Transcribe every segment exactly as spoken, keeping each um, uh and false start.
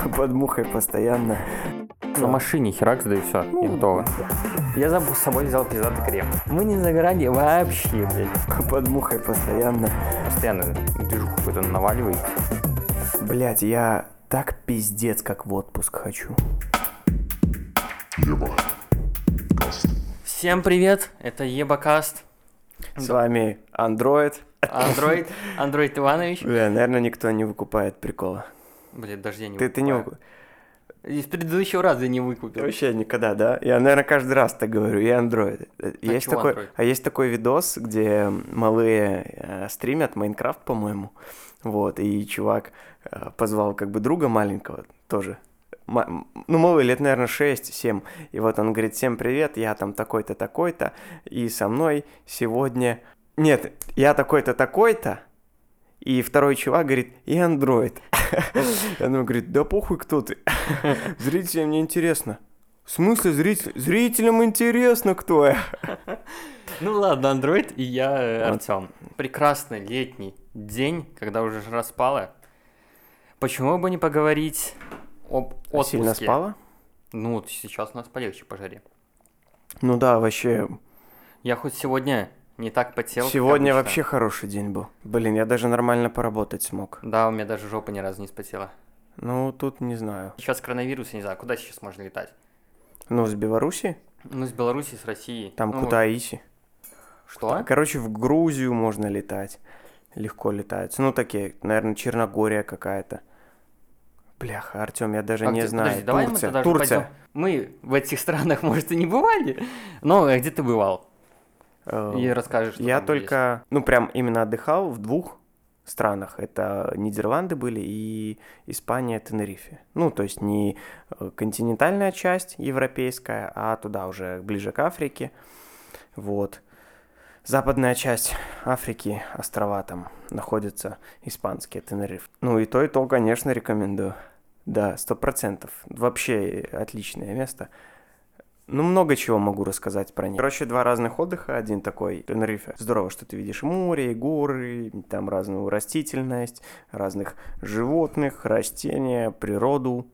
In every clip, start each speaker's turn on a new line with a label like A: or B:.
A: под мухой постоянно.
B: На машине херакс, да и все, и готово. Я забыл с собой взял пиздатый крем. Мы не за грани вообще, блядь.
A: Под мухой постоянно.
B: Постоянно движуху какую-то наваливает.
A: Блядь, я так пиздец, как в отпуск хочу.
C: Ебакаст.
B: Всем привет, это Ебакаст.
A: С вами Андроид.
B: Андроид, Андроид Иванович.
A: Бля, наверное, никто не выкупает прикола.
B: Блядь, даже я не
A: Ты, ты не
B: выкупаю.
A: выкупаешь.
B: Из предыдущего раза я не выкупил.
A: Вообще никогда, да? Я, наверное, каждый раз так говорю. Я Android. Есть
B: чего
A: такой,
B: Android?
A: а есть такой видос, где малые э, стримят Майнкрафт, по-моему. Вот, и чувак э, позвал как бы друга маленького тоже. М- ну, малый, лет, наверное, шесть-семь. И вот он говорит: всем привет, я там такой-то, такой-то. И со мной сегодня... Нет, я такой-то, такой-то. И второй чувак говорит: и Android. И он говорит: да похуй, кто ты. Зрителям не интересно. В смысле зритель? Зрителям интересно, кто я.
B: Ну ладно, Андроид и я,
A: Вот.
B: Артём. Прекрасный летний день, когда уже жара спала. Почему бы не поговорить об отпуске?
A: Сильно спала?
B: Ну вот сейчас у нас полегче по жаре.
A: Ну да, вообще.
B: Я хоть сегодня не так потел, как
A: Сегодня
B: обычно.
A: вообще хороший день был. Блин, я даже нормально поработать смог.
B: Да, у меня даже жопа ни разу не спотела.
A: Ну, тут не знаю.
B: Сейчас коронавирус, я не знаю, куда сейчас можно летать?
A: Ну, с Беларуси?
B: Ну, с Беларуси, с России.
A: Там
B: ну,
A: Кутаиси.
B: Что?
A: Короче, в Грузию можно летать. Легко летается. Ну, такие, наверное, Черногория какая-то. Бляха, Артём, я даже
B: А
A: не
B: где-
A: знаю.
B: подожди, давай мы
A: Турция,
B: тогда же
A: Турция.
B: пойдем. Мы в этих странах, может, и не бывали, но где ты бывал?
A: Э,
B: И расскажешь, что
A: Я
B: там
A: только, ну, прям именно отдыхал в двух странах. Это Нидерланды были и Испания, Тенерифе. Ну, то есть не э, континентальная часть европейская, а туда уже ближе к Африке. Вот. Западная часть Африки, острова там находятся испанские, Тенерифе. Ну, и то, и то, конечно, рекомендую. Да, сто процентов. Вообще отличное место. Ну, много чего могу рассказать про них. Короче, два разных отдыха. Один такой, Тенерифе. Здорово, что ты видишь море, и горы, там разную растительность, разных животных, растения, природу,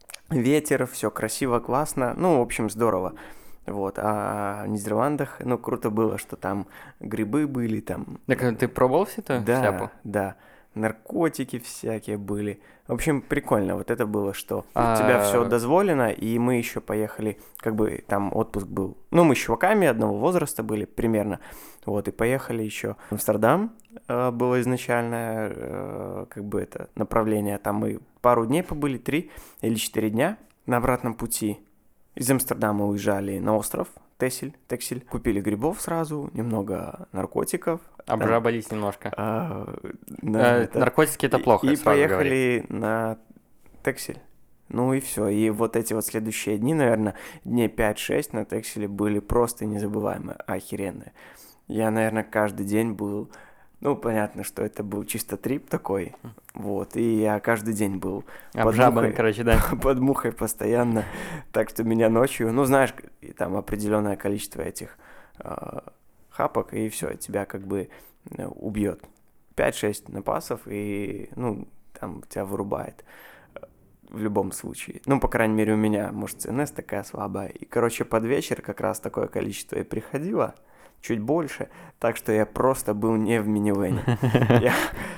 A: ветер, все красиво, классно. Ну, в общем, здорово. Вот, а в Нидерландах, ну, круто было, что там грибы были, там...
B: Так ты пробовал все это
A: Да,
B: шляпу?
A: да, наркотики всякие были. В общем, прикольно. Вот это было, что
B: А-
A: у тебя все дозволено, и мы еще поехали, как бы там отпуск был. Ну, мы с чуваками одного возраста были примерно. Вот, и поехали еще в Амстердам. э, Было изначальное, э, как бы это, направление. Там мы пару дней побыли, три или четыре дня на обратном пути. Из Амстердама уезжали на остров Тесель, Тексель. Купили грибов сразу, немного наркотиков. Там,
B: Обжабались немножко.
A: а,
B: Э,
A: на это.
B: наркотики это
A: И-
B: плохо,
A: И,
B: сразу говорю.
A: поехали на Тексель. Ну и все. И вот эти вот следующие дни, наверное, дней пять-шесть на Текселе были просто незабываемые, охеренные. Я, наверное, каждый день был... Ну, понятно, что это был чисто трип такой. Вот. И я каждый день был под
B: Обжабан,
A: мухой.
B: короче, да.
A: под мухой постоянно. Так что меня ночью, ну, знаешь, и там определенное количество этих э, хапок, и все, тебя как бы э, убьет. пять-шесть напасов, и, ну, там тебя вырубает э, в любом случае. Ну, по крайней мере, у меня, может, ЦНС такая слабая. И, короче, под вечер как раз такое количество и приходило, чуть больше, так что я просто был не в минивэне. Я-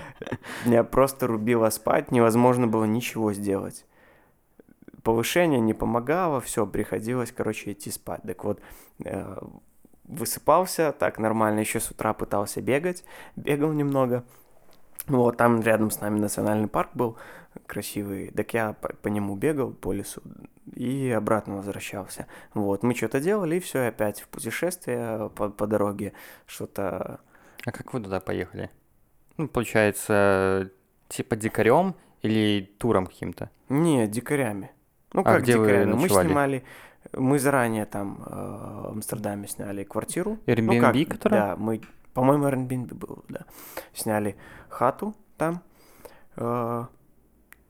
A: Меня просто рубило спать, невозможно было ничего сделать. Повышение не помогало, все, приходилось, короче, идти спать. Так вот, э, высыпался так нормально, еще с утра пытался бегать, бегал немного. Вот, там рядом с нами национальный парк был красивый, так я по, по нему бегал, по лесу, и обратно возвращался. Вот, мы что-то делали, и все, опять в путешествие по, по дороге, что-то...
B: А как вы туда поехали? Ну, получается, типа дикарем или туром каким-то?
A: Не, дикарями. Ну,
B: А
A: как
B: где вы
A: дикарями? Мы
B: ночевали?
A: снимали... Мы заранее там э, в Амстердаме сняли квартиру.
B: Airbnb,
A: ну, как,
B: которая?
A: Да, мы... По-моему, Airbnb был, да. Сняли хату там. Э,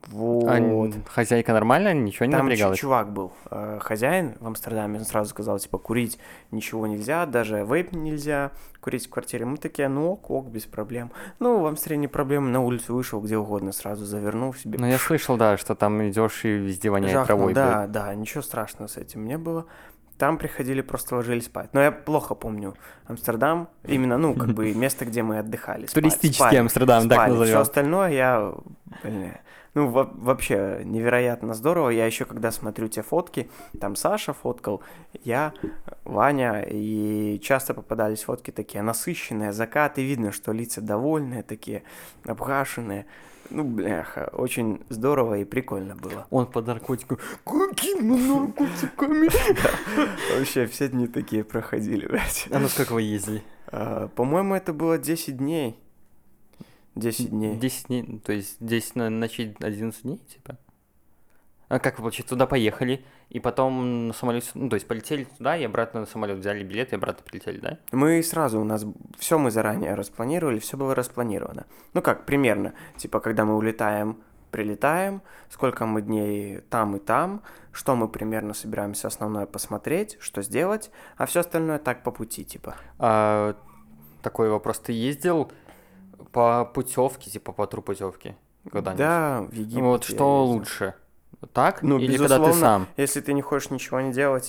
A: Вот.
B: А н- хозяйка нормально, ничего не
A: Там чу-
B: напрягалась?
A: чувак был, э, хозяин в Амстердаме, он сразу сказал, типа, курить ничего нельзя, даже вейп нельзя, курить в квартире. Мы такие, ну ок, ок, без проблем. Ну, в Амстердаме не проблема, на улицу вышел, где угодно, сразу завернул в себе.
B: Ну, я слышал, да, что там идешь и везде воняет
A: Жахнул,
B: травой.
A: да,
B: блядь.
A: да, ничего страшного с этим не было. Там приходили, просто ложились спать. Но я плохо помню Амстердам, именно, ну, как бы место, где мы отдыхали. Спать,
B: Туристический
A: спали,
B: Амстердам, так
A: спали. Все
B: назовем.
A: остальное я, блин, ну, во- вообще невероятно здорово. Я еще, когда смотрю те фотки, там Саша фоткал, я, Ваня, и часто попадались фотки такие насыщенные, закаты, видно, что лица довольные, такие обгашенные. Ну, бляха, очень здорово и прикольно было.
B: Он по наркотику. Какими наркотиками?
A: Вообще все дни такие проходили, блядь.
B: А ну сколько вы ездили?
A: А, По-моему, это было десять дней. десять дней.
B: десять дней, ну, то есть десять на- ночей, одиннадцать дней, типа? А как вы, получается, туда поехали, и потом на самолете, ну, то есть полетели туда и обратно на самолет, взяли билет и обратно прилетели, да?
A: Мы сразу, у нас все мы заранее распланировали, все было распланировано. Ну как, примерно, типа, когда мы улетаем, прилетаем, сколько мы дней там и там, что мы примерно собираемся основное посмотреть, что сделать, а все остальное так по пути, типа.
B: А, такой вопрос, ты ездил по путевке, типа по тру путевке? Когда-нибудь?
A: Да, в Египет.
B: Вот
A: я
B: что
A: ездил.
B: лучше? Так?
A: Ну,
B: Или когда ты
A: безусловно,
B: сам?
A: если ты не хочешь ничего не делать,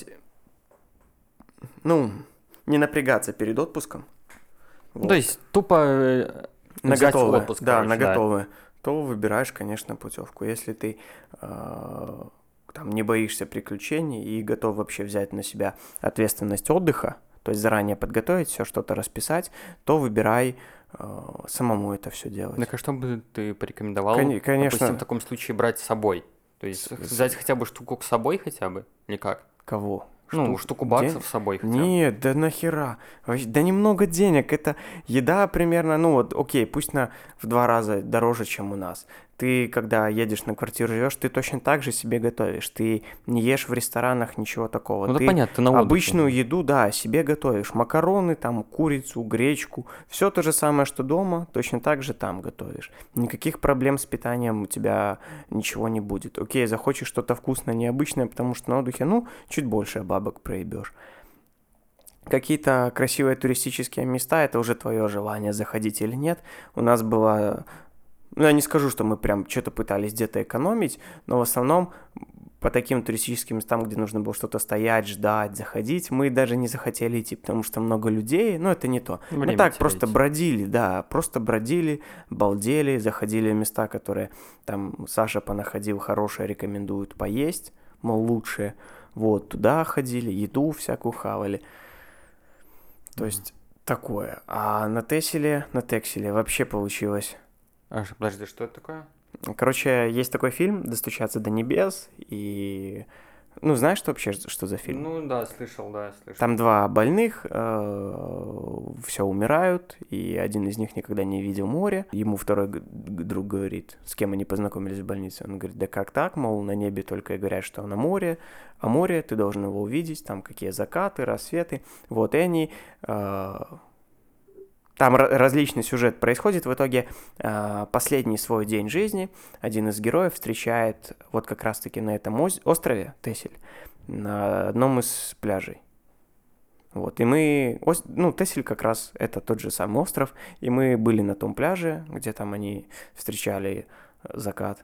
A: ну, не напрягаться перед отпуском.
B: Ну,
A: вот.
B: то есть тупо э,
A: На
B: взять
A: готовое,
B: отпуск,
A: да,
B: короче,
A: на готовое, то выбираешь, конечно, путевку. Если ты э, там не боишься приключений и готов вообще взять на себя ответственность отдыха, то есть заранее подготовить все, что-то расписать, то выбирай э, самому это все делать.
B: Так а что бы ты порекомендовал,
A: Кони- конечно.
B: допустим, в таком случае брать с собой? То есть
A: С-
B: взять хотя бы штуку с собой хотя бы? Или как?
A: Кого?
B: Ну,
A: Штук-
B: штуку баксов
A: ден-
B: с собой хотя бы.
A: Нет, да нахера? Вообще, да немного денег. Это еда примерно, ну вот, окей, пусть на в два раза дороже, чем у нас. Ты, когда едешь на квартиру живешь, ты точно так же себе готовишь. Ты не ешь в ресторанах, ничего такого.
B: Ну, да
A: ты
B: понятно, ты на отдыхе.
A: обычную еду, да, себе готовишь. Макароны, там, курицу, гречку. Все то же самое, что дома, точно так же там готовишь. Никаких проблем с питанием у тебя ничего не будет. Окей, захочешь что-то вкусное, необычное, потому что на отдыхе, ну, чуть больше бабок проебешь. Какие-то красивые туристические места, это уже твое желание, заходить или нет. У нас было... Ну, я не скажу, что мы прям что-то пытались где-то экономить, но в основном по таким туристическим местам, где нужно было что-то стоять, ждать, заходить, мы даже не захотели идти, потому что много людей, но это не то.
B: Время
A: мы так
B: теряете.
A: просто бродили, да, просто бродили, балдели, заходили в места, которые там Саша понаходил хорошие, рекомендуют поесть, мол, лучшие. Вот, туда ходили, еду всякую хавали. То есть такое. А на Теселе, на Текселе вообще получилось...
B: А, ж- подожди, что это такое?
A: Короче, есть такой фильм «Достучаться до небес», и... Ну, знаешь, что вообще, что за фильм?
B: Ну да, слышал, да, слышал.
A: Там два больных, все умирают, и один из них никогда не видел море. Ему второй г- г- друг говорит, с кем они познакомились в больнице. Он говорит, да как так, мол, на небе только и говорят, что на море, а море ты должен его увидеть, там какие закаты, рассветы. Вот, и они... э, Там ра- различный сюжет происходит. В итоге э, последний свой день жизни один из героев встречает вот как раз-таки на этом оз- острове Тесель, на одном из пляжей. Вот, и мы... ос- Ну, Тесель как раз это тот же самый остров, и мы были на том пляже, где там они встречали э, закат.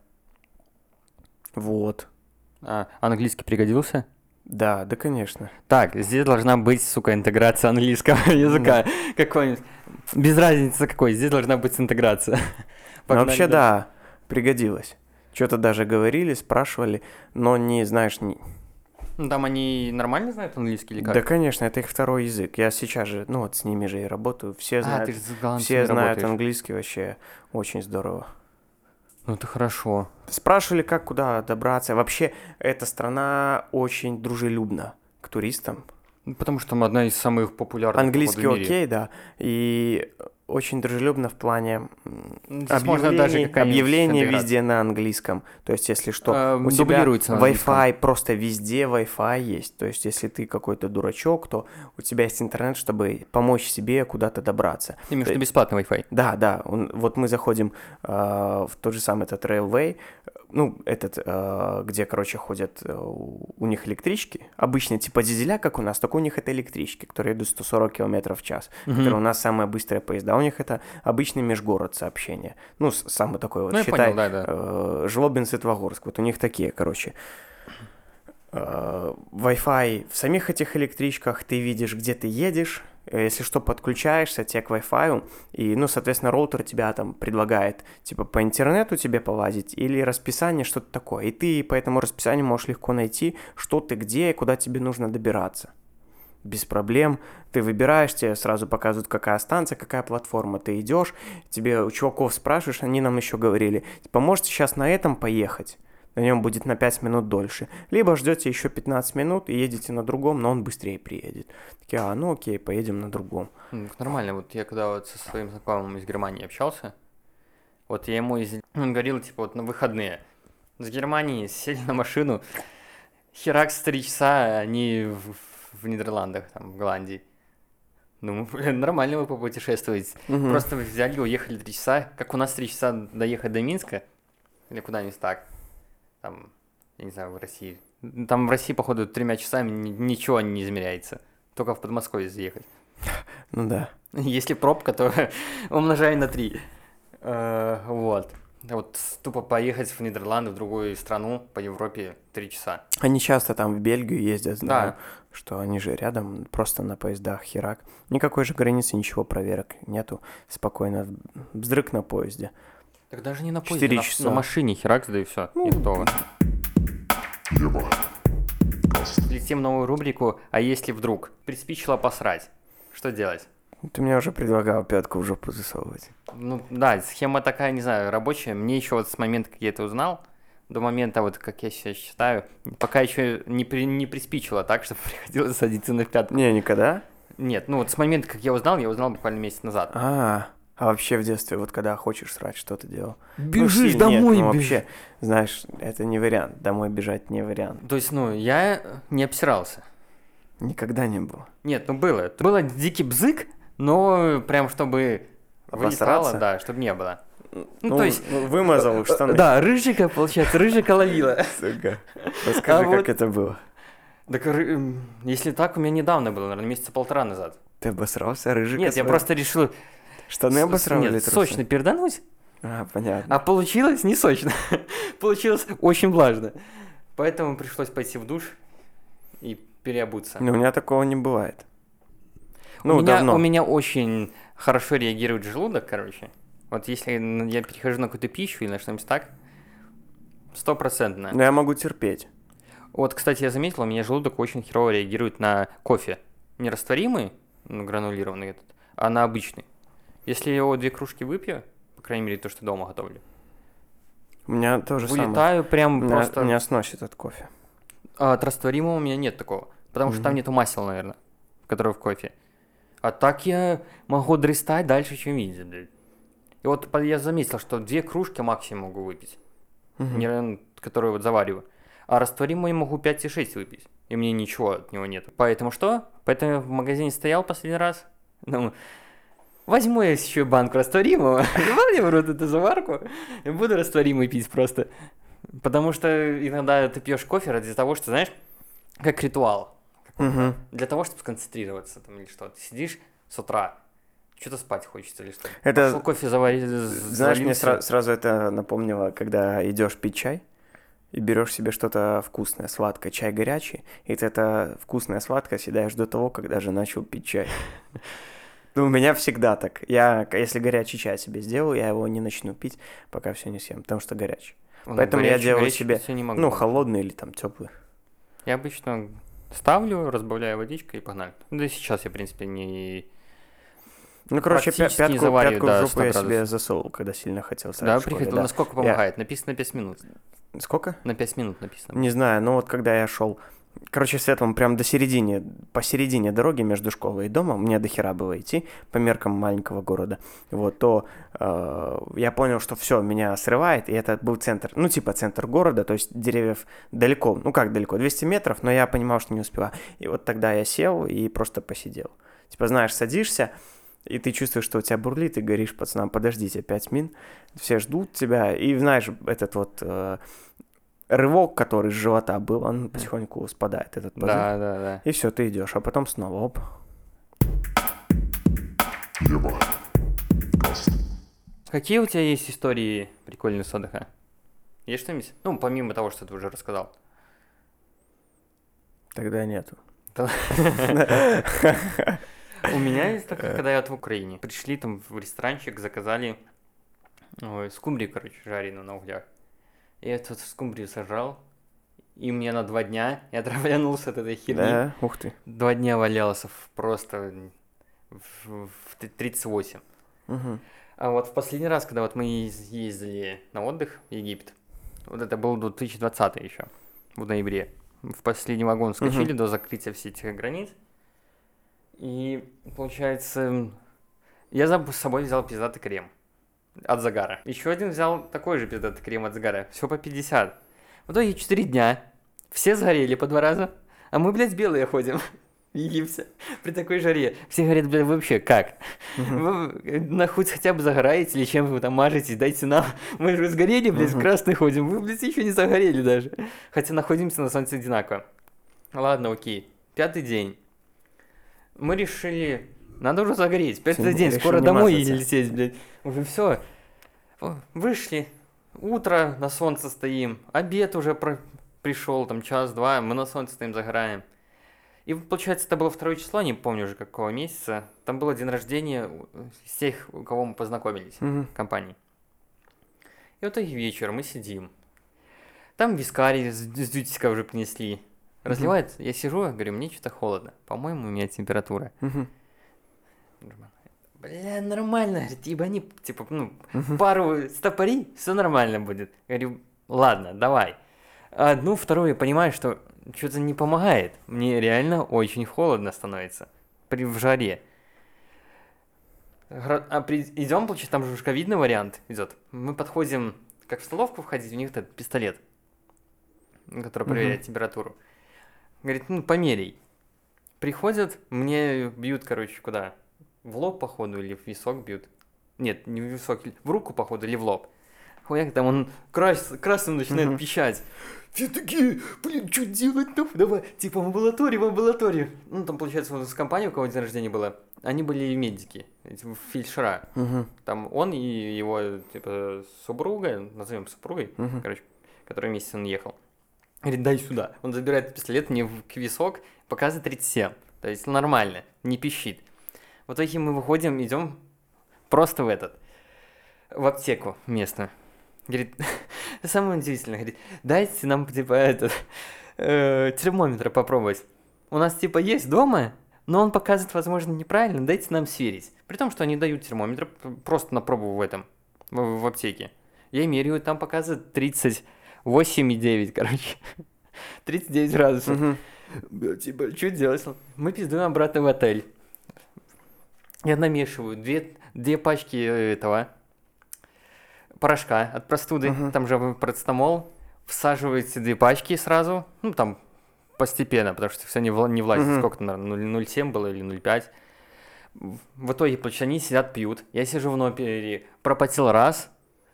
A: Вот.
B: А, английский пригодился?
A: Да, да, конечно.
B: Так, здесь должна быть, сука, интеграция английского языка. Какой-нибудь. Без разницы какой, здесь должна быть интеграция.
A: Ну,
B: Погнали
A: вообще,
B: дальше.
A: да, пригодилось. Что-то даже говорили, спрашивали, но не, знаешь, не...
B: Ну, там они нормально знают английский или как?
A: Да, конечно, это их второй язык. Я сейчас же, ну вот с ними же и работаю. Все
B: А,
A: знают,
B: ты же с голландцами
A: все знают
B: работаешь.
A: английский вообще очень здорово.
B: Ну, это хорошо.
A: Спрашивали, как куда добраться. Вообще, эта страна очень дружелюбна к туристам.
B: Ну, потому что там одна из самых популярных
A: Английский
B: походу, в мире.
A: окей, да. И очень дружелюбно в плане м,
B: Здесь можно даже
A: объявлений,
B: какая-нибудь
A: объявления
B: интеграция.
A: везде на английском. То есть, если что,
B: Э,
A: у тебя
B: дублируется на английском.
A: Wi-Fi, просто везде Wi-Fi есть. То есть, если ты какой-то дурачок, то у тебя есть интернет, чтобы помочь себе куда-то добраться.
B: Именно
A: То
B: что бесплатный Wi-Fi.
A: Да, да. Он- вот мы заходим э, в тот же самый этот Railway, ну, этот, э, где, короче, ходят э, у у них электрички. Обычно типа дизеля, как у нас, только у них это электрички, которые идут сто сорок километров в час.
B: Мгм.
A: Которые у нас самые быстрые поезда. У них это обычный межгород сообщения. Ну, с- самый такой вот,
B: Ну, я
A: считай,
B: понял, да, да.
A: э, Жлобин-Светлогорск. Вот у них такие, короче. Э, Wi-Fi в самих этих электричках, ты видишь, где ты едешь, э, если что, подключаешься тебе к Wi-Fi, и, ну, соответственно, роутер тебя там предлагает, типа, по интернету тебе полазить или расписание, что-то такое, и ты по этому расписанию можешь легко найти, что ты где и куда тебе нужно добираться. Без проблем. Ты выбираешь, тебе сразу показывают, какая станция, какая платформа. Ты идешь, тебе у чуваков спрашиваешь, они нам еще говорили, типа, можете сейчас на этом поехать? На нем будет на пять минут дольше. Либо ждете еще пятнадцать минут и едете на другом, но он быстрее приедет. Такие, а, ну окей, поедем на другом.
B: Ну, так нормально, вот я когда вот со своим знакомым из Германии общался, вот я ему из... он говорил, типа, вот на выходные с Германии сели на машину, херакс три часа, они в, в Нидерландах, там, в Голландии. Ну, блин, нормально вы попутешествуете.
A: Мгм.
B: Просто взяли, уехали три часа, как у нас три часа доехать до Минска, или куда-нибудь так, там, я не знаю, в России. Там в России, походу, тремя часами ни- ничего не измеряется, только в Подмосковье заехать.
A: Ну да.
B: Если пробка, то умножай на три. Э, Вот. Вот тупо поехать в Нидерланды, в другую страну, по Европе, три часа.
A: Они часто там в Бельгию ездят, знаю,
B: Да.
A: что они же рядом, просто на поездах, херак. Никакой же границы, ничего проверок нету. Спокойно вздрык на поезде.
B: Так даже не на поезде,
A: Четыре
B: на,
A: часа.
B: на машине херакс, да и все, и готово.
C: Ева. Классно.
B: Летим в новую рубрику, а если вдруг приспичило посрать, что делать?
A: Ты мне уже предлагал пятку в жопу засовывать.
B: Ну да, схема такая, не знаю, рабочая. Мне еще вот с момента, как я это узнал, до момента, вот как я сейчас считаю, пока еще не, при, не приспичило так, что приходилось садиться на пятку.
A: Не, никогда?
B: Нет, ну вот с момента, как я узнал, я узнал буквально месяц назад.
A: А, а вообще в детстве, вот когда хочешь срать, что ты делал?
B: Бежишь
A: Ну,
B: домой,
A: нет, ну,
B: бежишь.
A: вообще, знаешь, это не вариант. Домой бежать не вариант.
B: То есть, ну, я не обсирался.
A: Никогда не было.
B: Нет, ну было. Было дикий бзык, но прям чтобы вылетало,
A: Обосраться?
B: да, чтобы не было. Ну,
A: Ну,
B: то есть...
A: ну, вымазал штаны.
B: Да, рыжика, получается, рыжика ловила.
A: Сука. Расскажи,
B: А
A: как
B: вот-
A: это было.
B: Так, ры- м, если так, у меня недавно было, наверное, месяца полтора назад.
A: Ты обосрался, рыжик?
B: Нет, я просто решил
A: Штаны
B: с-
A: обосрал или
B: нет,
A: трусы?
B: сочно передануть,
A: А, понятно.
B: а получилось не сочно. Получилось очень влажно. Поэтому пришлось пойти в душ и переобуться.
A: Но у меня такого не бывает. Ну,
B: у, меня,
A: давно.
B: у меня очень хорошо реагирует желудок, короче. Вот если н- я перехожу на какую-то пищу или на что-нибудь так, стопроцентно.
A: Но я могу терпеть.
B: Вот, кстати, я заметил, у меня желудок очень херово реагирует на кофе. Не растворимый, ну, гранулированный этот, а на обычный. Если я его две кружки выпью, по крайней мере, то, что дома готовлю,
A: У меня тоже самое.
B: вылетаю прям
A: Меня,
B: просто...
A: меня сносит от кофе.
B: А от растворимого у меня нет такого, потому что там
A: Мгм.
B: нету масел, наверное, которое в кофе. А так я могу дрыстать дальше, чем видеть, блядь. И вот по- я заметил, что две кружки максимум могу выпить,
A: Мгм.
B: не- которую вот завариваю. А растворимый могу пять и шесть выпить, и мне ничего от него нет. Поэтому что? Поэтому я в магазине стоял последний раз, думаю, возьму я еще банку растворимого, ебал я в рот эту заварку, и буду растворимый пить просто. Потому что иногда ты пьешь кофе ради того, что, знаешь, как ритуал.
A: Мгм.
B: Для того, чтобы сконцентрироваться там или что. Ты сидишь с утра, что-то спать хочется или что.
A: Это-
B: Пошел кофе заварить.
A: Знаешь, мне сра- сразу это напомнило, когда идешь пить чай и берешь себе что-то вкусное, сладкое, чай горячий, и ты это вкусное, сладкое съедаешь до того, когда же начал пить чай. Ну, у меня всегда так. Я, к- если горячий чай себе сделаю, я его не начну пить, пока все не съем, потому что горячий. Поэтому я делаю себе,
B: Не могу.
A: Ну, холодный или там теплый.
B: Я обычно ставлю, разбавляю водичкой и погнали. Да и сейчас я, в принципе, не...
A: Ну, короче, пя-
B: Практически не
A: пятку,
B: завариваю,
A: пятку
B: да,
A: в жопу я
B: сто
A: себе
B: градусов.
A: засовывал, когда сильно хотел
B: Да,
A: срать в школе,
B: приходил.
A: да.
B: Насколько
A: Я-
B: помогает? Написано пять минут.
A: Сколько?
B: На пять минут написано.
A: Не знаю, но вот когда я шел Короче, Светлом прям до середины, посередине дороги между школой и домом, мне до хера было идти по меркам маленького города, вот, то э, я понял, что все, меня срывает, и это был центр, ну, типа центр города, то есть деревьев далеко, ну, как далеко, двести метров, но я понимал, что не успеваю. И вот тогда я сел и просто посидел. Типа, знаешь, садишься, и ты чувствуешь, что у тебя бурлит, и говоришь пацанам: подождите пять мин, все ждут тебя, и знаешь, этот вот... Э, рывок, который с живота был, он потихоньку спадает, этот позыв.
B: Да, да, да.
A: И все, ты идешь, а потом снова оп.
C: Ева. Каст.
B: Какие у тебя есть истории прикольные с отдыха? Есть что-нибудь? Ну, помимо того, что ты уже рассказал.
A: Тогда нету.
B: У меня есть такое, когда я вот в Украине. Пришли там в ресторанчик, заказали ой, скумбрию, короче, жареную на углях. Я тут скумбрию сожрал, и мне на два дня, я травлянулся от этой херни.
A: Да, ух ты.
B: Два дня валялся в, просто в, в тридцать восемь.
A: Угу.
B: А вот в последний раз, когда вот мы ездили на отдых в Египет, вот это был две тысячи двадцатый еще, в ноябре, в последний вагон скачали
A: Угу.
B: до закрытия всех этих границ. И, получается, я с собой взял пиздатый крем от загара. Еще один взял такой же пиздатый крем от загара. Все по пятьдесят. В итоге четыре дня. Все сгорели по два раза. А мы, блядь, белые ходим в Египте при такой жаре. Все говорят: блядь, вообще как? Вы на хоть хотя бы загораете или чем вы там мажетесь? Дайте нам. Мы же сгорели, блядь, в красный ходим. Вы, блядь, еще не загорели даже. Хотя находимся на солнце одинаково. Ладно, окей. Пятый день. Мы решили... Надо уже загореть. Пятый день, скоро домой и лететь, блядь. Уже все. Вышли. Утро, на солнце стоим. Обед уже про... пришел, там час-два. Мы на солнце стоим, загораем. И получается, это было второе число, не помню уже какого месяца. Там был день рождения всех, у кого мы познакомились
A: Угу.
B: в компании. И вот и вечер мы сидим. Там вискарий с дютика уже принесли. Разливает, угу. Я сижу, говорю: мне что-то холодно. По-моему, у меня температура.
A: Угу.
B: Бля, нормально. Говорит: ебани, типа, ну, угу. пару стопори, все нормально будет. Говорю: ладно, давай. Одну, вторую, я понимаю, что что-то не помогает. Мне реально очень холодно становится при в жаре. А при... идем, получается, там же ковидный вариант идет. Мы подходим, как в столовку входить, у них этот пистолет, который проверяет угу. температуру. Говорит: ну, померяй. Приходят, мне бьют, короче, куда? В лоб, походу, или в висок бьют. Нет, не в висок, в руку, походу, или в лоб. Хуяк, там он крас... красным начинает uh-huh. пищать. Все такие: блин, что делать-то? Давай, типа, в амбулаторию, в амбулаторию. Ну, там, получается, вот с компанией, у кого день рождения было, они были медики, эти фельдшера. Uh-huh. Там он и его, типа, супруга, назовем супругой, uh-huh. короче, который вместе он ехал. Говорит: дай сюда. Он забирает пистолет мне в висок, показывает тридцать семь. То есть нормально, не пищит. В итоге мы выходим, идем просто в этот, в аптеку местную. Говорит, самое удивительное, говорит: дайте нам, типа, этот, э, термометр попробовать. У нас, типа, есть дома, но он показывает, возможно, неправильно, дайте нам сверить. При том, что они дают термометр просто на пробу в этом, в, в аптеке. Я меряю, там показывает тридцать восемь и девять, короче. тридцать девять градусов. Угу. Типа, что делать? Мы пиздуем обратно в отель. Я намешиваю две, две пачки этого порошка от простуды. Uh-huh. Там же парацетамол. Всаживаете две пачки сразу. Ну, там постепенно, потому что все не, вла- не влазит. Uh-huh. Сколько там, наверное, ноль целых семь было или ноль целых пять. В итоге, получается, они сидят, пьют. Я сижу в номере, пропотел раз.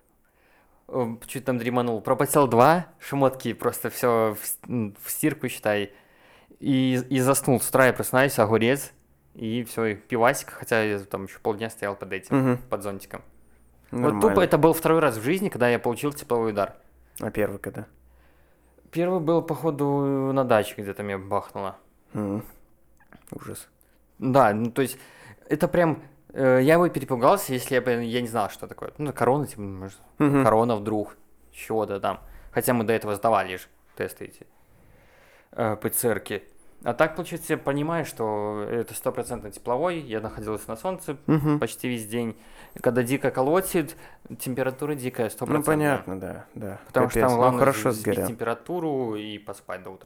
B: Чуть там дреманул. Пропотел два. Шмотки просто все в, в стирку, считай. И, и заснул. С утра я просыпаюсь, огурец. И все, и пивасик, хотя я там еще полдня стоял под этим, угу. под зонтиком. Нормально. Вот тупо это был второй раз в жизни, когда я получил тепловой удар.
A: А первый когда?
B: Первый был, походу, на даче где-то меня бахнуло.
A: Mm. Ужас.
B: Да, ну то есть, это прям, э, я бы перепугался, если я бы, я не знал, что такое. Ну, корона, типа, может, mm-hmm. корона вдруг, чего-то там. Хотя мы до этого сдавали же тесты эти, э, ПЦРки. А так, получается, я понимаю, что это стопроцентно тепловой, я находился на солнце угу. почти весь день. Когда дико колотит, температура дикая, сто процентов.
A: Ну, понятно, да, да.
B: Потому
A: Капец.
B: что там главное
A: ну, хорошо
B: сбить температуру и поспать до утра.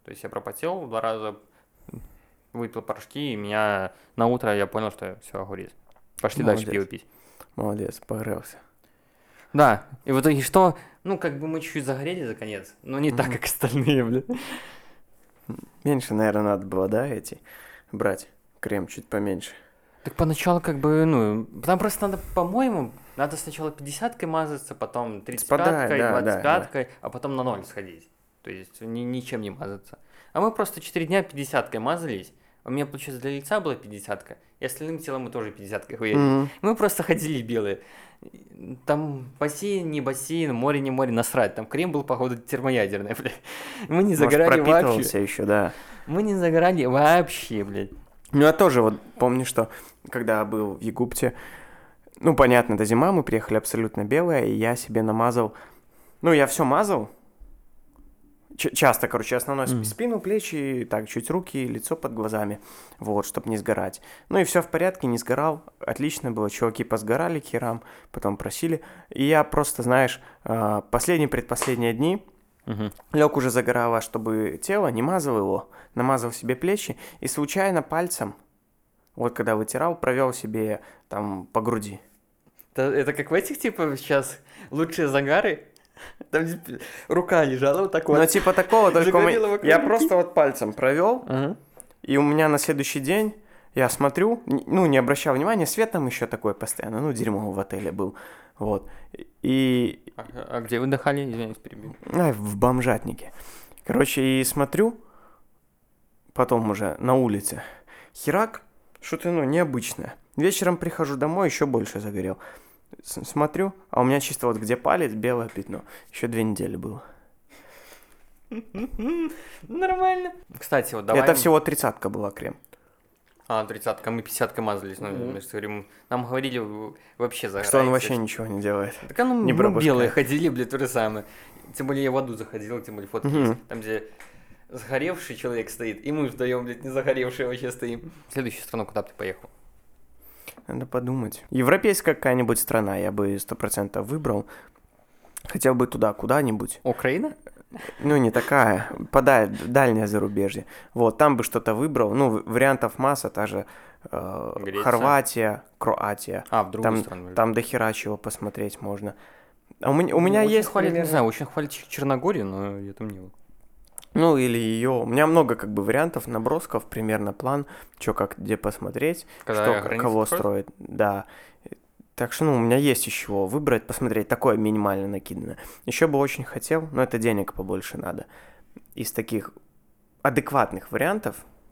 B: То есть я пропотел два раза, выпил порошки, и меня на утро я понял, что все, огурец. Пошли
A: Молодец.
B: дальше пиво пить.
A: Молодец, погрелся.
B: Да, и в итоге что? Ну, как бы мы чуть-чуть загорели за конец, но не так, как остальные, блин.
A: Меньше, наверное, надо было, да, эти брать крем чуть поменьше.
B: Так поначалу как бы, ну, там просто надо, по-моему, надо сначала пятидесяткой мазаться, потом тридцать пяткой,
A: да, да,
B: двадцать пяткой, а потом на ноль сходить. То есть ни, ничем не мазаться. А мы просто четыре дня пятидесяткой мазались. У меня, получается, для лица была пятидесятка, и остальным телом мы тоже пятидесяткой хуярили.
A: Мгм.
B: Мы просто ходили белые. Там бассейн, не бассейн, море, не море, насрать. Там крем был, походу, термоядерный, блядь. Мы не
A: Может,
B: загорали вообще.
A: пропитывался еще, да.
B: Мы не загорали вообще, блядь.
A: Ну, я тоже вот помню, что когда был в Египте, ну, понятно, это зима, мы приехали абсолютно белые, и я себе намазал, ну, я все мазал, Ч- часто, короче, основной
B: Мгм.
A: спину, плечи, так, чуть руки, лицо под глазами, вот, чтобы не сгорать. Ну, и все в порядке, не сгорал, отлично было, чуваки позгорали к херам, потом просили, и я просто, знаешь, а, последние предпоследние дни
B: Мгм.
A: лег уже загорало, чтобы тело, не мазал его, намазал себе плечи и случайно пальцем, вот когда вытирал, провел себе там по груди.
B: Это, это как в этих, типа, сейчас лучшие загары. Там типа, рука лежала вот так вот.
A: Ну, типа такого, только у меня-
B: Загорело вокруг
A: я
B: руки.
A: просто вот пальцем провел,
B: Ага.
A: и у меня на следующий день, я смотрю, н- ну, не обращал внимания, свет там еще такой постоянно, ну, дерьмо в отеле был, вот. И,
B: А, а где вы отдыхали? Извиняюсь, перебил.
A: а, в бомжатнике. Короче, и смотрю, потом уже на улице, херак, что-то, ну, необычное. Вечером прихожу домой, еще больше загорел. С- Смотрю, а у меня чисто вот где палец, белое пятно. Еще две недели было.
B: Нормально. Кстати, вот давай...
A: Это всего тридцатка была крем.
B: А, тридцатка, мы пятидесяткой мазались. Ну, мы же говорим, нам говорили, вы вообще загораете.
A: Что он вообще ничего не делает.
B: Так оно,
A: не
B: мы
A: пропускает.
B: белые ходили, блядь, то же самое. Тем более я в аду заходил, тем более фотки
A: Мгм.
B: есть. Там, где сгоревший человек стоит, и мы вдвоем, блядь, не загоревшие вообще стоим. В следующую страну куда бы ты поехал?
A: Надо подумать. Европейская какая-нибудь страна я бы сто процентов выбрал. Хотел бы туда, куда-нибудь.
B: Украина?
A: Ну, не такая, подаль, дальнее зарубежье. Вот, там бы что-то выбрал. Ну, в- вариантов масса, та же э,
B: Греция.
A: Хорватия, Кроатия.
B: А, в другую
A: Там,
B: страну.
A: там до хера чего посмотреть можно. А у меня, у меня
B: Очень
A: есть
B: хвалят,
A: примерно-
B: не знаю, очень хвалят Чер- Черногорию, но я там не был.
A: Ну, или ее. У меня много как бы вариантов, набросков, примерно план, что как где посмотреть,
B: Когда
A: что
B: границы
A: кого
B: откроют?
A: строит. Да. Так что, ну, у меня есть из чего выбрать, посмотреть, такое минимально накиданное. Еще бы очень хотел, но это денег побольше надо. Из таких адекватных вариантов,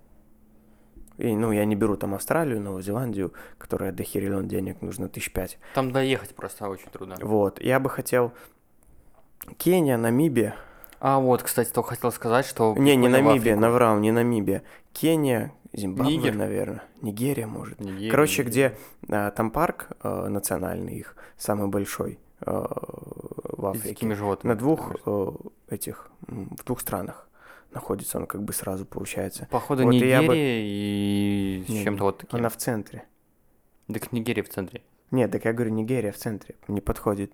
A: и, ну, я не беру там Австралию, Новую Зеландию, которая до херелен денег нужно тысяч пять.
B: Там доехать просто очень трудно.
A: Вот, я бы хотел Кения, Намибия.
B: А вот, кстати, только хотел сказать, что...
A: Не, не
B: прикольно в
A: Намибия,
B: Африку.
A: наврал, не Намибия. Кения, Зимбабве,
B: Нигер?
A: наверное. Нигерия, может.
B: Нигерия,
A: Короче,
B: Нигерия.
A: где а, там парк э, национальный их, самый большой э, в
B: И с
A: Африке.
B: дикими животными.
A: На двух э, этих, м, в двух странах находится он как бы сразу получается.
B: Походу,
A: Вот и я бы-
B: Нигерия и с
A: Не,
B: чем-то вот таким.
A: Она в центре.
B: Так Нигерия в центре.
A: Нет, так я говорю, Нигерия в центре. Не подходит.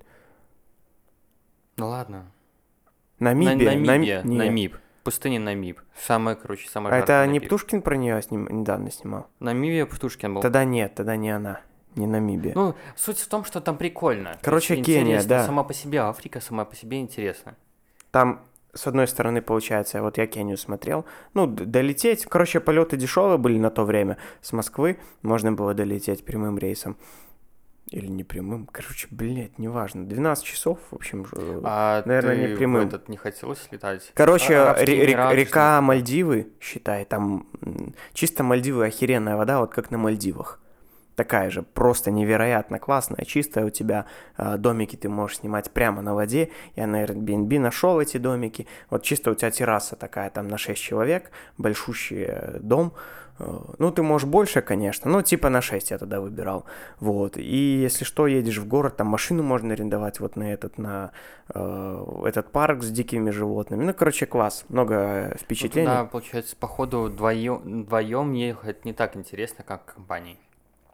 B: Ну ладно.
A: Намибия.
B: На-
A: Нами-
B: Намибия.
A: не.
B: Намиб. Пустыня Намиб. Самая, короче, самая
A: А
B: жаркая
A: это не
B: Намиб.
A: Птушкин про нее сним... недавно снимал?
B: Намибия Птушкин был.
A: Тогда нет, тогда не она. Не Намибия.
B: Ну, суть в том, что там прикольно. То
A: Короче,
B: есть
A: Кения,
B: интересно
A: да.
B: Сама по себе Африка, сама по себе интересна.
A: Там, с одной стороны, получается, вот я Кению смотрел, ну, д- долететь, короче, полеты дешевые были на то время. С Москвы можно было долететь прямым рейсом. Или не прямым. Короче, блядь, неважно. двенадцать часов, в общем, ж-
B: А
A: наверное,
B: ты
A: не
B: в
A: прямым.
B: этот не хотелось летать?
A: Короче,
B: А- Арабские
A: ре- ре-
B: Эмираты,
A: река
B: что-то
A: Мальдивы, считай, там м, чисто Мальдивы, охеренная вода, вот как на Мальдивах. Такая же, просто невероятно классная, чистая у тебя. а, домики ты можешь снимать прямо на воде. Я на Airbnb нашел эти домики. Вот чисто у тебя терраса такая, там на шесть человек, большущий э, дом. Э, Ну, ты можешь больше, конечно, но типа на шесть я тогда выбирал. Вот. И если что, едешь в город, там машину можно арендовать вот на этот, на э, этот парк с дикими животными. Ну, короче, класс. Много э, впечатлений.
B: Да, получается, походу вдвоем, вдвоем ехать не так интересно, как компанией.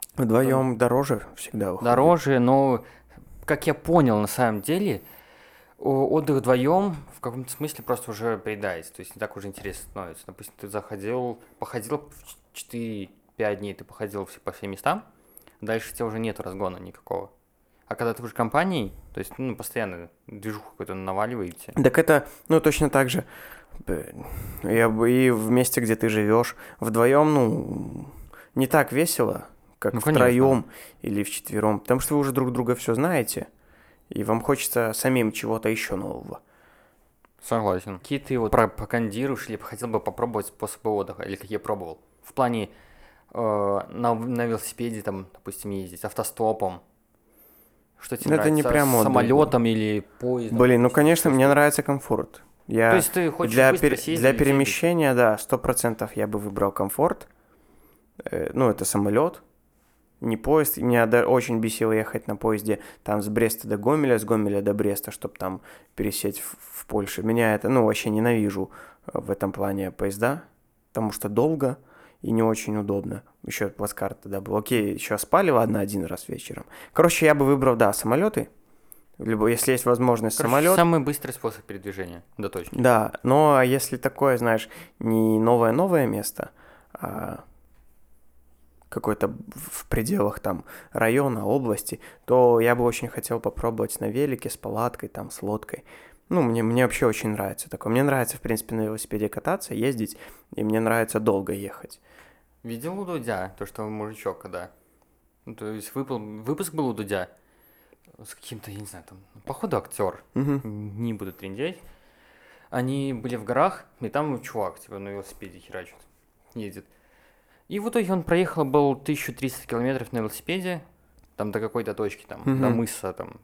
A: Вдвоем дороже всегда выходит.
B: Дороже, но, как я понял, на самом деле, О- Отдых вдвоем в каком-то смысле просто уже приедается, то есть не так уже интересно становится. Допустим, ты заходил, походил в четыре-пять дней, ты походил все, по всем местам, дальше у тебя уже нет разгона никакого. А когда ты уже компанией, то есть, ну, постоянно движуху какую-то наваливаете.
A: Так это, ну, точно так же. Б- Я бы и в месте, где ты живешь, вдвоем, ну, не так весело, как
B: Ну, конечно.
A: втроем или вчетвером, потому что вы уже друг друга все знаете, и вам хочется самим чего-то еще нового.
B: Согласен. Какие ты вот пропагандируешь или хотел бы попробовать способы отдыха, или какие пробовал? В плане э, на, на велосипеде, там, допустим, ездить, автостопом. Что тебе
A: Это не
B: нравится?
A: прям отдых
B: Самолетом или поездом?
A: Блин, ну,
B: допустим,
A: конечно,
B: что-
A: мне нравится комфорт. Я
B: То есть ты хочешь
A: для,
B: быстро
A: пер-
B: съездить,
A: для
B: съездить?
A: перемещения, да, сто процентов я бы выбрал комфорт. Э, ну, это самолет, не поезд. Меня да- очень бесило ехать на поезде там с Бреста до Гомеля, с Гомеля до Бреста, чтобы там пересесть в, в Польшу. Меня это, ну, вообще ненавижу э, в этом плане поезда, потому что долго и не очень удобно. Еще плацкарт тогда был. Окей, еще спали, ладно, один раз вечером. Короче, я бы выбрал, да, самолеты. Либо, если есть возможность,
B: Короче,
A: самолет.
B: самый быстрый способ передвижения до точки.
A: Да, но если такое, знаешь, не новое-новое место, а какое-то в пределах там района, области, то я бы очень хотел попробовать на велике, с палаткой, там, с лодкой. Ну, мне, мне вообще очень нравится такое. Мне нравится, в принципе, на велосипеде кататься, ездить, и мне нравится долго ехать.
B: Видел у Дудя то, что мужичок, когда... Ну, то есть выпал, выпуск был у Дудя с каким-то, я не знаю, там, походу актер,
A: Мгм.
B: не буду трындеть. Они были в горах, и там чувак, типа, на велосипеде херачит, едет. И в итоге он проехал, был тысячу триста километров на велосипеде, там до какой-то точки, там, до
A: Мгм.
B: мыса, там,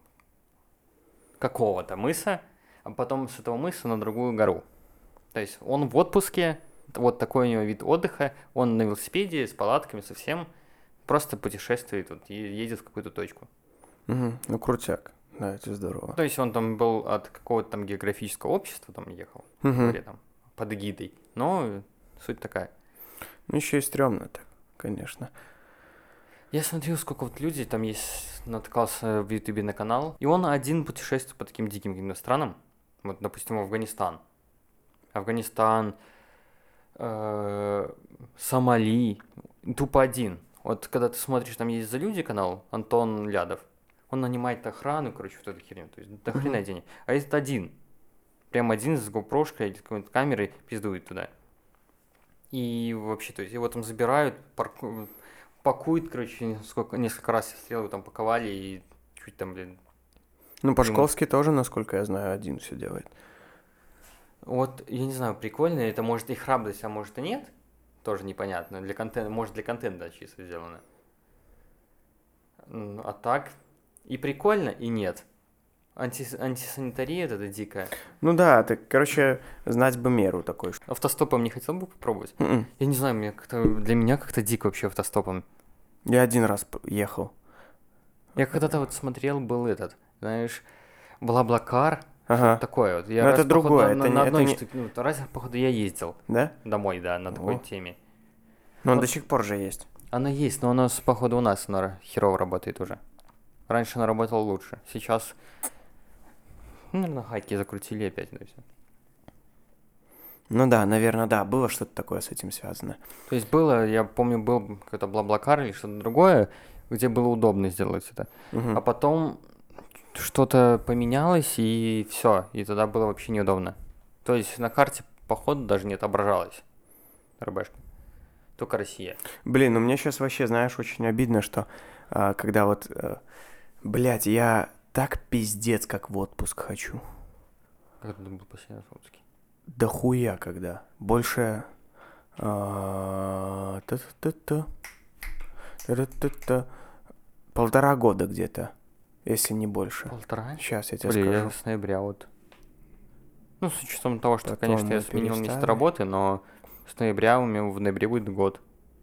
B: какого-то мыса, а потом с этого мыса на другую гору. То есть он в отпуске, вот такой у него вид отдыха, он на велосипеде, с палатками, со всем, просто путешествует, вот, и едет в какую-то точку.
A: Мгм. Ну, крутяк. Да, это здорово.
B: То есть он там был от какого-то там географического общества, там ехал,
A: Мгм.
B: говоря, там, под эгидой, но суть такая.
A: Ну, еще и стрёмно так, конечно.
B: Я смотрел, сколько вот людей там есть, наткался в Ютубе на канал, и он один путешествует по таким диким каким-то странам, вот, допустим, Афганистан. Афганистан, э, Сомали, тупо один. Вот когда ты смотришь, там есть «За люди» канал, Антон Лядов, он нанимает охрану, короче, вот эту херню, то есть до
A: Мгм.
B: хрена денег. А этот один, прям один с GoPro-шкой или с какой-то камерой пиздует туда. И вообще, то есть его там забирают, парку... пакуют, короче, сколько, несколько раз я стрел, его там паковали и чуть там, блин.
A: Ну, Пашковский тоже, насколько я знаю, один все делает.
B: Вот, я не знаю, прикольно, это может и храбрость, а может и нет, тоже непонятно, для контента, может для контента чисто сделано. М, А так, и прикольно, и нет. Анти... Антисанитария это дикая.
A: Ну да, ты, короче, знать бы меру такой. что-
B: Автостопом не хотел бы попробовать?
A: Мгм.
B: Я не знаю, мне как-то, для меня как-то дико вообще автостопом.
A: Я один раз п- ехал.
B: Я когда-то вот смотрел, был этот, знаешь, Блаблакар,
A: Ага.
B: такое вот. Я
A: Но
B: раз,
A: это
B: походу,
A: другое,
B: на,
A: это
B: на
A: не- это
B: одной
A: не-
B: штуке, ну, раз, походу, я ездил
A: Да?
B: домой, да, на такой
A: О.
B: теме.
A: Но он
B: Вот.
A: до сих пор же есть.
B: Она есть, но она, с- походу, у нас она херово работает уже. Раньше она работала лучше. Сейчас, ну, наверное, гайки закрутили опять, да, все.
A: Ну да, наверное, да, было что-то такое с этим связано.
B: То есть было, я помню, был какой-то Блаблакар или что-то другое, где было удобно сделать это.
A: Мгм.
B: А потом что-то поменялось, и все, и тогда было вообще неудобно. То есть на карте, походу, даже не отображалось РБшка. Только Россия.
A: Блин, ну мне сейчас вообще, знаешь, очень обидно, что а, когда вот... А, блядь, я так пиздец, как в отпуск хочу.
B: Как это был последний раз в отпуске?
A: Да хуя когда. Больше... а, та-та-та-та, та-та-та-та, полтора года где-то, если не больше.
B: Полтора?
A: Сейчас я тебе
B: Блин,
A: скажу.
B: я с ноября вот. Ну, с учетом того, что,
A: Потом
B: конечно, я
A: мы
B: сменил место
A: перестали.
B: работы, но с ноября у меня в ноябре будет год.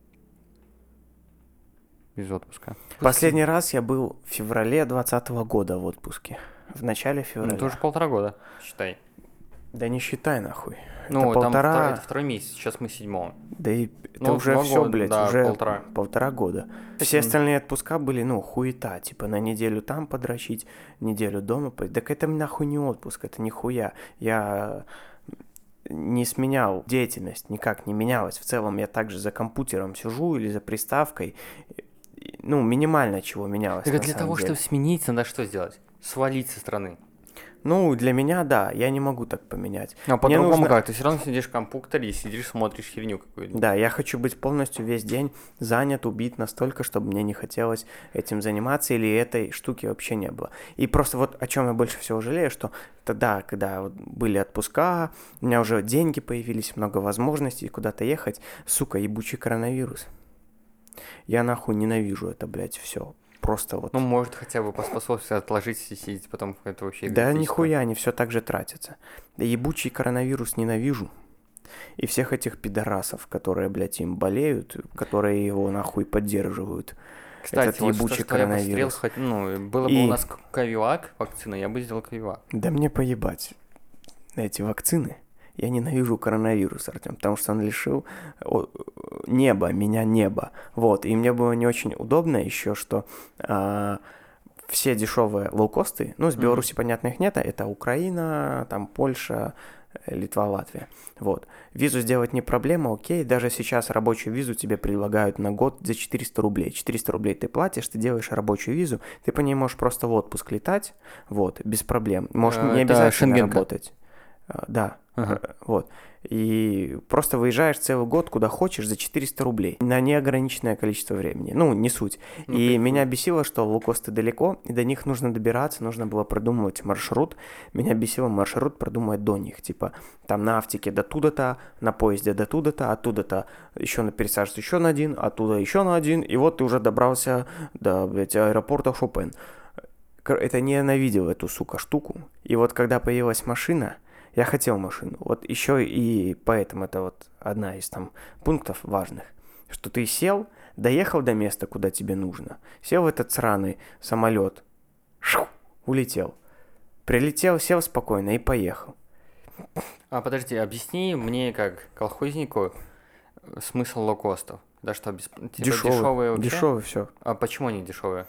B: Без отпуска.
A: Последний раз я был в феврале двадцатого года в отпуске. В начале
B: Ну,
A: февраля.
B: тоже полтора года, считай.
A: Да не считай нахуй.
B: Ну,
A: это
B: там
A: полтора...
B: втор- это второй месяц, сейчас мы седьмом.
A: Да и это
B: Ну,
A: уже
B: два
A: все,
B: года,
A: блядь,
B: да,
A: уже
B: полтора.
A: полтора года. Все
B: М.
A: остальные отпуска были, ну, хуета, типа на неделю там подрочить, неделю дома. по- Так это нахуй не отпуск, это нихуя. Я не сменял деятельность, никак не менялась. В целом я также за компьютером сижу или за приставкой. И, Ну, минимально чего менялось
B: Так
A: на
B: а для
A: самом
B: того,
A: деле.
B: чтобы сменить, надо что сделать? Свалить со страны.
A: Ну, для меня, да, я не могу так поменять.
B: А
A: Мне
B: по-другому
A: нужно-
B: как? Ты все равно сидишь в компьютере и сидишь, смотришь херню какую-то.
A: Да, я хочу быть полностью весь день занят, убит настолько, чтобы мне не хотелось этим заниматься или этой штуки вообще не было. И просто вот о чем я больше всего жалею, что тогда, когда вот были отпуска, у меня уже деньги появились, много возможностей куда-то ехать, сука, ебучий коронавирус. Я нахуй ненавижу это, блядь, все. Просто вот.
B: Ну, может, хотя бы поспособствовать отложить и сидеть потом это вообще
A: Да
B: эгоистично.
A: нихуя, они все так же тратятся. Да ебучий коронавирус ненавижу. И всех этих пидорасов, которые, блядь, им болеют, которые его нахуй поддерживают.
B: Кстати,
A: этот
B: вот
A: ебучий
B: что, что я посмотрел,
A: коронавирус.
B: хоть- ну, было бы
A: И-
B: у нас к- ковивак вакцина, я бы сделал ковивак.
A: Да мне поебать на эти вакцины. Я ненавижу коронавирус, Артем, потому что он лишил о, неба, меня неба. Вот, и мне было не очень удобно еще, что а, все дешевые лоукосты, ну, с
B: Мгм.
A: Беларуси, понятно, их нет, а это Украина, там Польша, э, Литва, Латвия. Вот. Визу сделать не проблема, окей. Даже сейчас рабочую визу тебе предлагают на год за четыреста рублей. четыреста рублей ты платишь, ты делаешь рабочую визу, ты по ней можешь просто в отпуск летать, вот, без проблем. Можешь
B: А,
A: не
B: это
A: обязательно
B: шенгенка.
A: работать. А, Да,
B: Ага.
A: э, вот. И просто выезжаешь целый год куда хочешь за четыреста рублей на неограниченное количество времени. Ну, не суть.
B: Ну,
A: И
B: кайфую.
A: меня бесило, что лоукосты далеко, и до них нужно добираться, нужно было продумывать маршрут. Меня бесило маршрут продумать до них. Типа, там на автике до туда-то, на поезде до туда-то, оттуда-то еще на пересаживаться еще на один, оттуда еще на один, и вот ты уже добрался до, блядь, аэропорта Шопен. Кор- Это ненавидел эту, сука, штуку. И вот когда появилась машина, я хотел машину. Вот еще и поэтому это вот одна из там пунктов важных. Что ты сел, доехал до места, куда тебе нужно. Сел в этот сраный самолет, шух, улетел. Прилетел, сел спокойно и поехал.
B: А подожди, объясни мне, как колхознику, э, смысл лоукостов. Да что, без... типа,
A: Дешевый,
B: дешевые вообще?
A: дешевый все.
B: А почему они дешевые?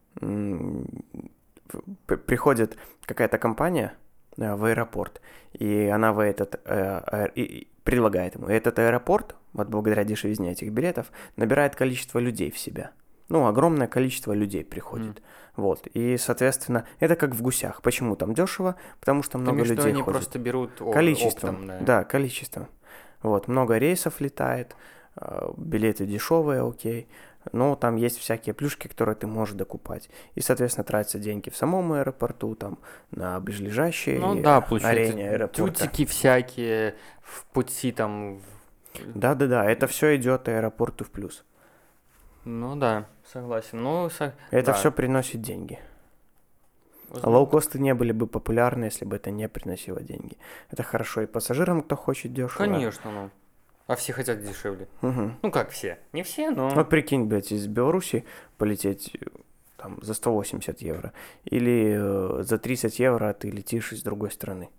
A: Приходит какая-то компания э, в аэропорт, и она в этот э, аэ- и- и предлагает ему. И этот аэропорт, вот благодаря дешевизне этих билетов, набирает количество людей в себя. Ну, огромное количество людей приходит.
B: Мгм.
A: Вот. И, соответственно, это как в гусях. Почему там дешево? Потому что
B: Ты
A: много
B: имеешь в виду,
A: людей
B: они
A: ходит.
B: просто берут о-
A: Количеством.
B: оптом, да?
A: Да, количеством. Вот, много рейсов летает, э, билеты дешевые, окей. Но там есть всякие плюшки, которые ты можешь докупать. И, соответственно, тратятся деньги в самом аэропорту, там, на ближайшей
B: Ну да, получается,
A: арене аэропорта.
B: тютики всякие, в пути там... в-
A: Да-да-да, это все идет аэропорту в плюс.
B: Ну да, согласен. Ну, со-
A: Это
B: да,
A: все приносит деньги.
B: возможно.
A: Лоукосты не были бы популярны, если бы это не приносило деньги. Это хорошо и пассажирам, кто хочет дешево.
B: Конечно, ну. А все хотят дешевле.
A: Мгм.
B: Ну как все? Не все, но...
A: Вот прикинь, блядь, из Беларуси полететь э, там за сто восемьдесят евро. Или э, за тридцать евро ты летишь из другой страны.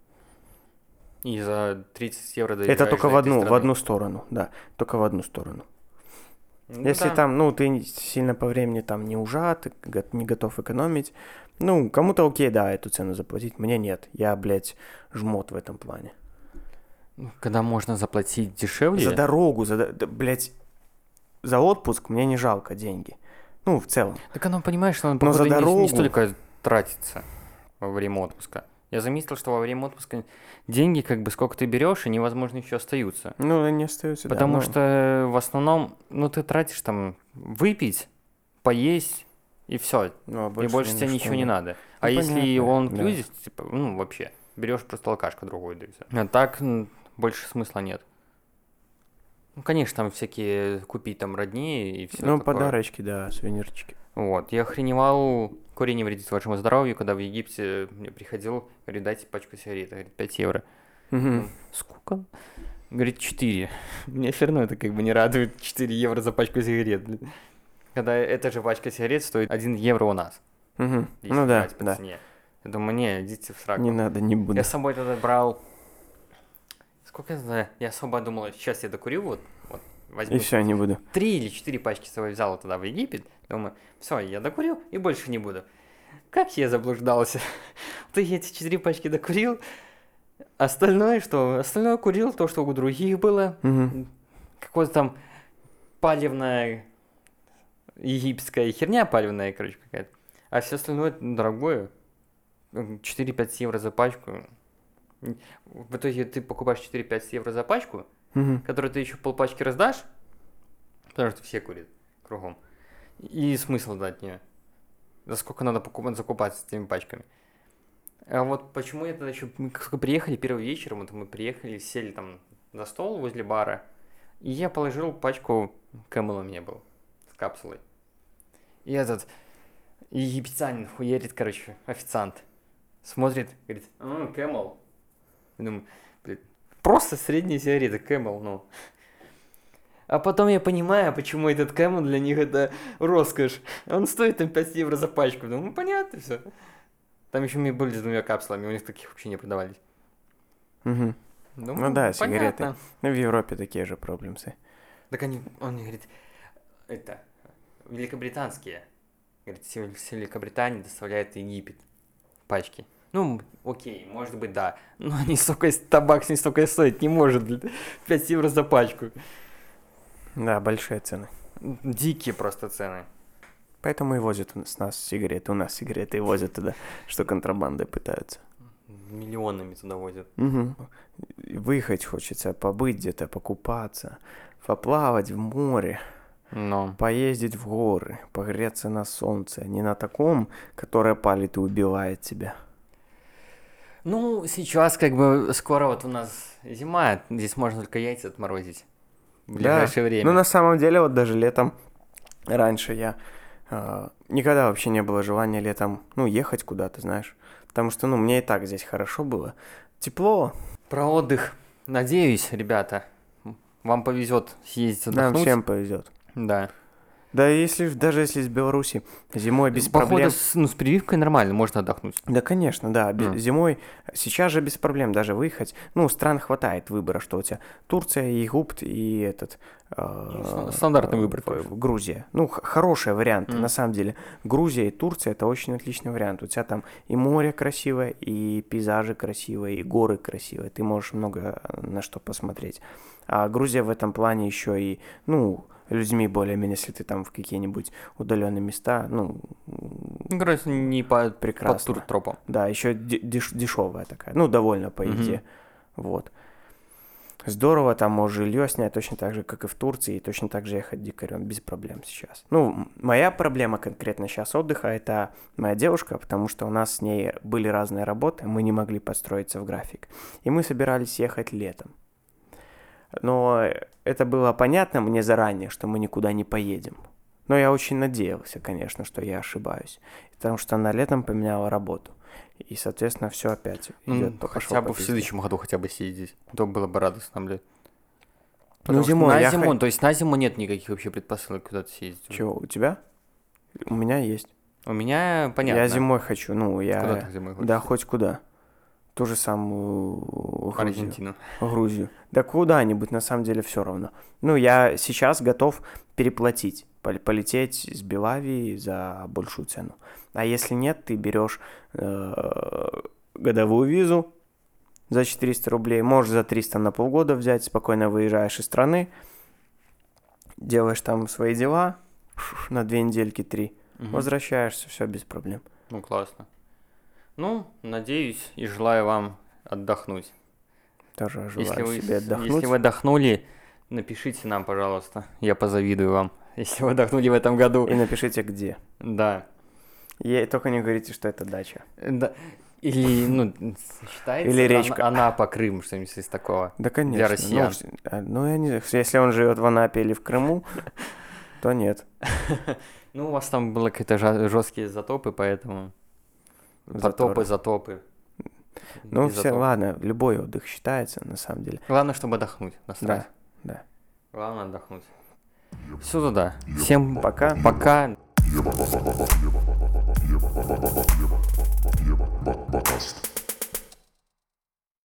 B: И за тридцать евро
A: Это
B: доезжаешь
A: только
B: до
A: в
B: этой
A: одну, в
B: страны.
A: одну сторону, да, только в одну сторону.
B: Ну
A: Если
B: да.
A: там, ну, ты не- сильно по времени там не ужат, ты го- не готов экономить, ну, кому-то окей, да, эту цену заплатить, мне нет. Я, блядь, жмот в этом плане.
B: Когда можно заплатить дешевле...
A: За дорогу, за, до- да, блядь, за отпуск мне не жалко деньги. Ну, в целом.
B: Так оно, понимаешь, оно,
A: Но за
B: походу, не- не,
A: дорогу-
B: столько тратится во время отпуска. Я заметил, что во время отпуска деньги, как бы, сколько ты берешь, они, возможно, еще остаются.
A: Ну, они остаются, да,
B: Потому
A: но-
B: что в основном, ну, ты тратишь там выпить, поесть и все.
A: ну, а
B: И больше
A: ни
B: тебе
A: на
B: ничего
A: что,
B: не
A: да.
B: надо. А
A: Ну,
B: если
A: понятно,
B: он
A: да.
B: inclusive, типа, ну, вообще, берешь просто алкашку другую, да и всё. А так м, больше смысла нет. Ну, конечно, там всякие купить там роднее и все
A: Ну,
B: такое.
A: подарочки, да, сувенирчики.
B: Вот, я охреневал, курение вредит вашему здоровью, когда в Египте мне приходил, говорит, дайте пачку сигарет, говорит, пять евро.
A: Мгм.
B: Сколько? Говорит, четыре. Меня все равно это как бы не радует, четыре евро за пачку сигарет. блин. Когда эта же пачка сигарет стоит один евро у нас.
A: Мгм.
B: если
A: Ну да,
B: брать по
A: да.
B: цене. Я думаю, не, идите в сраку.
A: Не надо, не буду.
B: Я с собой тогда брал Сколько я знаю? Я особо думал, сейчас я докурю, вот, вот возьму.
A: И все, не буду.
B: Три или четыре пачки с собой взял туда в Египет. Думаю, все, я докурил и больше не буду. Как я заблуждался. Ты эти четыре пачки докурил, остальное что? Остальное курил, то, что у других было.
A: Мгм.
B: Какое-то там палевная египетская херня палевная, короче, какая-то. А все остальное дорогое. четыре-пять евро за пачку. В итоге ты покупаешь четыре-пять евро за пачку,
A: Мгм.
B: которую ты еще полпачки раздашь, потому что все курят кругом. И смысл дать нее. За сколько надо покупать, закупаться с этими пачками. А вот почему я тогда еще... Мы как только приехали первым вечером, вот мы приехали, сели там за стол возле бара, и я положил пачку, Camel у меня был, с капсулой. И этот египтянин хуярит, короче, официант. Смотрит, говорит, а, Camel. Я думаю, блин, просто средняя сигарета, Camel, ну. А потом я понимаю, почему этот Camel для них это роскошь. Он стоит там пять евро за пачку. Думаю, ну понятно все. Там еще мы были с двумя капсулами, у них таких вообще не продавались.
A: Мгм.
B: Думаю,
A: Ну да, сигареты.
B: понятно.
A: Ну, в Европе такие же проблемы.
B: Так они, он мне говорит, это, великобританские. Говорит, с с Великобритании доставляет Египет пачки. Ну, окей, может быть, да. Но не столько, табак не столько и стоит, не может. пять евро за пачку.
A: Да, большие цены.
B: Дикие просто цены.
A: Поэтому и возят у нас- с нас сигареты. У нас сигареты и возят туда, что контрабандой пытаются.
B: Миллионами туда возят.
A: Мгм. Выехать хочется, побыть где-то, покупаться, поплавать в море,
B: Но.
A: поездить в горы, погреться на солнце. Не на таком, которое палит и убивает тебя.
B: Ну, сейчас как бы скоро вот у нас зима, здесь можно только яйца отморозить. В ближайшее время.
A: Ну, на самом деле, вот даже летом, раньше я э, никогда вообще не было желания летом, ну, ехать куда-то, знаешь. Потому что, ну, мне и так здесь хорошо было. Тепло,
B: Про отдых. Надеюсь, ребята, вам повезет съездить
A: нам
B: отдохнуть.
A: всем повезет.
B: Да.
A: Да если ж- даже если из Беларуси зимой без
B: Походу,
A: проблем.
B: с, ну, с прививкой нормально, можно отдохнуть.
A: Да, конечно, да. бе-
B: М.
A: Зимой сейчас же без проблем даже выехать. Ну, стран хватает выбора, что у тебя Турция, Египет и этот... э,
B: ст- стандартный
A: э,
B: выбор,
A: в-
B: конечно.
A: Грузия. Ну, х- хорошие варианты,
B: М.
A: на самом деле. Грузия и Турция — это очень отличный вариант. У тебя там и море красивое, и пейзажи красивые, и горы красивые. Ты можешь много на что посмотреть. А Грузия в этом плане еще и, ну, людьми более-менее, если ты там в какие-нибудь удаленные места, ну,
B: Ну, короче, не по, по
A: прекрасно.
B: туртропам.
A: Да, еще дешевая такая, ну, довольно по
B: Мгм.
A: еде. Вот. Здорово, там можешь жилье снять точно так же, как и в Турции, и точно так же ехать дикарем без проблем сейчас. Ну, м- моя проблема конкретно сейчас отдыха — это моя девушка, потому что у нас с ней были разные работы, мы не могли подстроиться в график. И мы собирались ехать летом. Но это было понятно мне заранее, что мы никуда не поедем. Но я очень надеялся, конечно, что я ошибаюсь. Потому что она летом поменяла работу. И, соответственно, все опять
B: Ну,
A: идет по
B: хотя бы
A: по
B: в
A: пизде.
B: следующем году хотя бы съездить. То было бы радостно, блядь.
A: Ну,
B: Потому что
A: зимой
B: на
A: я
B: зиму,
A: хо-
B: то есть на зиму нет никаких вообще предпосылок куда-то съездить.
A: Чего, у тебя? У меня есть.
B: У меня понятно.
A: Я зимой хочу, ну, я...
B: Куда ты зимой хочешь?
A: Да, хоть куда. Ту же самую Грузию.
B: Аргентину.
A: Грузию. Да куда-нибудь, на самом деле, все равно. Ну, я сейчас готов переплатить, пол- полететь с Белавии за большую цену. А если нет, ты берешь э, годовую визу за четыреста рублей, можешь за триста на полгода взять, спокойно выезжаешь из страны, делаешь там свои дела на две недельки, три,
B: Мгм.
A: возвращаешься, все без проблем.
B: Ну, классно. Ну, надеюсь и желаю вам отдохнуть.
A: Тоже желаю
B: Если вы,
A: себе отдохнуть.
B: если вы отдохнули, напишите нам, пожалуйста. Я позавидую вам, если вы отдохнули в этом году.
A: И напишите, где.
B: Да.
A: И только не говорите, что это дача.
B: Да. Или, ну, считается
A: Или
B: Ан-
A: речка.
B: Анапа, Крым, что-нибудь из такого.
A: Да, конечно.
B: россиян.
A: Ну, с- а, ну, я не знаю, если он живет в Анапе или в Крыму, то нет.
B: Ну, у вас там были какие-то жесткие затопы, поэтому... Потопы,
A: Заторы.
B: затопы.
A: Ну,
B: И
A: все,
B: затопы.
A: ладно, любой отдых считается, на самом деле.
B: Главное, чтобы отдохнуть. Насрать.
A: Да, да.
B: Главное отдохнуть. Все туда. Всем
A: Пока.
B: пока.
C: Еб- Подкаст.